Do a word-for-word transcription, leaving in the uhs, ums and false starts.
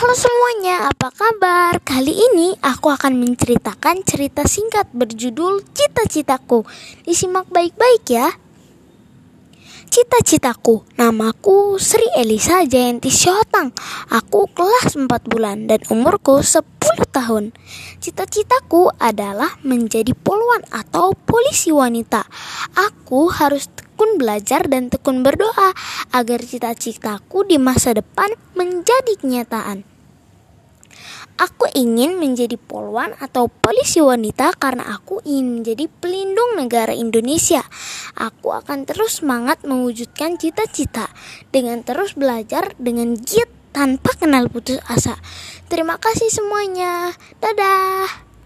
Halo semuanya, apa kabar? Kali ini aku akan menceritakan cerita singkat berjudul Cita-Citaku. Disimak baik-baik ya. Cita-citaku, namaku Sri Elisa Jayanti Syotang. Aku kelas empat bulan dan umurku sepuluh tahun. Cita-citaku adalah menjadi poluan atau polisi wanita. Aku harus tekun belajar dan tekun berdoa agar cita-citaku di masa depan menjadi kenyataan. Aku ingin menjadi poluan atau polisi wanita karena aku ingin menjadi pelindung negara Indonesia. Aku akan terus semangat mewujudkan cita-cita dengan terus belajar dengan giat tanpa kenal putus asa. Terima kasih semuanya. Dadah.